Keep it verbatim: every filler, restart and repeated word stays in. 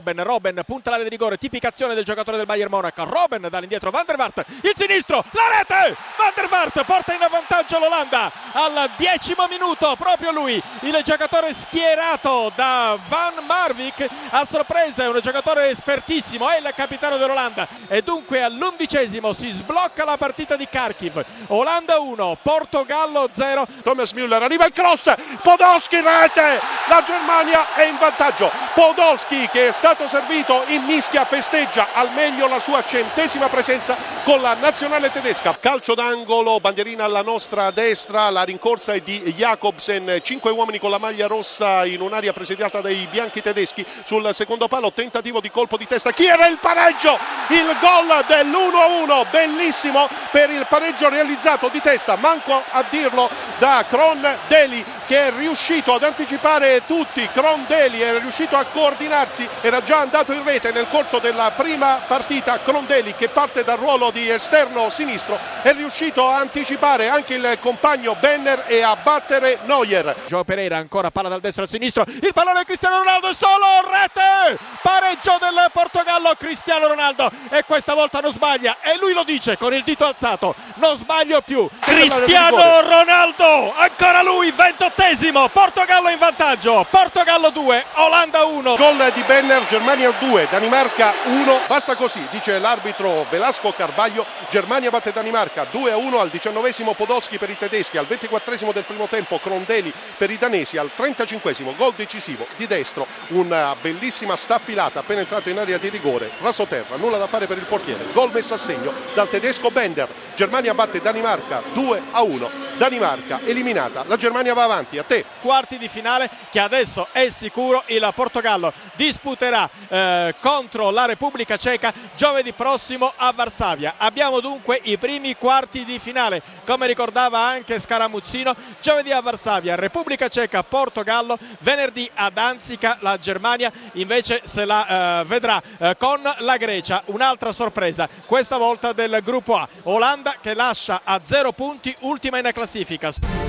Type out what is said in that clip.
Robben, Robben punta l'area di rigore, tipica azione del giocatore del Bayern Monaco. Robben dall'indietro, Van der Vaart, il sinistro, la rete, Van der Vaart porta in avvantaggio l'Olanda al decimo minuto, proprio lui, il giocatore schierato da Van Marwijk, a sorpresa è un giocatore espertissimo, è il capitano dell'Olanda, e dunque all'undicesimo si sblocca la partita di Kharkiv. Olanda uno, Portogallo zero. Thomas Müller, arriva il cross, Podolski rete, la Germania è in vantaggio. Podolski, che è stato servito in mischia, festeggia al meglio la sua centesima presenza con la nazionale tedesca. Calcio d'angolo, bandierina alla nostra destra, la rincorsa è di Jakobsen, cinque uomini con la maglia rossa in un'area presidiata dai bianchi tedeschi. Sul secondo palo tentativo di colpo di testa, chi era il pareggio? Il gol dell'uno a uno, bellissimo per il pareggio realizzato di testa, manco a dirlo, da Kron-Deli, che è riuscito ad anticipare tutti. Kron-Deli è riuscito a coordinarsi, era già andato in rete nel corso della prima partita. Kron-Deli, che parte dal ruolo di esterno sinistro, è riuscito a anticipare anche il compagno Benner e a battere Neuer. João Pereira, ancora palla dal destro al sinistro, il pallone Cristiano Ronaldo, solo rete, pareggio del Portogallo. Cristiano Ronaldo, e questa volta non sbaglia, e lui lo dice con il dito alzato: non sbaglio più. Cristiano Ronaldo, ancora lui, ventottesimo, Portogallo in vantaggio, Portogallo due, Olanda uno. Gol di Benner, Germania due, Danimarca uno. Basta così, dice l'arbitro Velasco Carvalho. Germania batte Danimarca due a uno al diciannovesimo, Podolski per i tedeschi, al ventiquattresimo del primo tempo Kron-Deli per i danesi, al trentacinquesimo gol decisivo di destro, una bellissima staffilata appena entrato in area di rigore, rasoterra, nulla da fare per il portiere. Gol messo a segno dal tedesco Bender. Germania batte Danimarca due a uno, Danimarca eliminata, la Germania va avanti. A te. Quarti di finale che adesso è sicuro il Portogallo disputerà eh, contro la Repubblica Ceca giovedì prossimo a Varsavia. Abbiamo dunque i primi quarti di finale, come ricordava anche Scaramuzzino, giovedì a Varsavia, Repubblica Ceca, Portogallo, venerdì a Danzica, la Germania invece se la eh, vedrà eh, con la Grecia. Un'altra sorpresa, questa volta del gruppo A, Olanda che lascia a zero punti, ultima in classifica.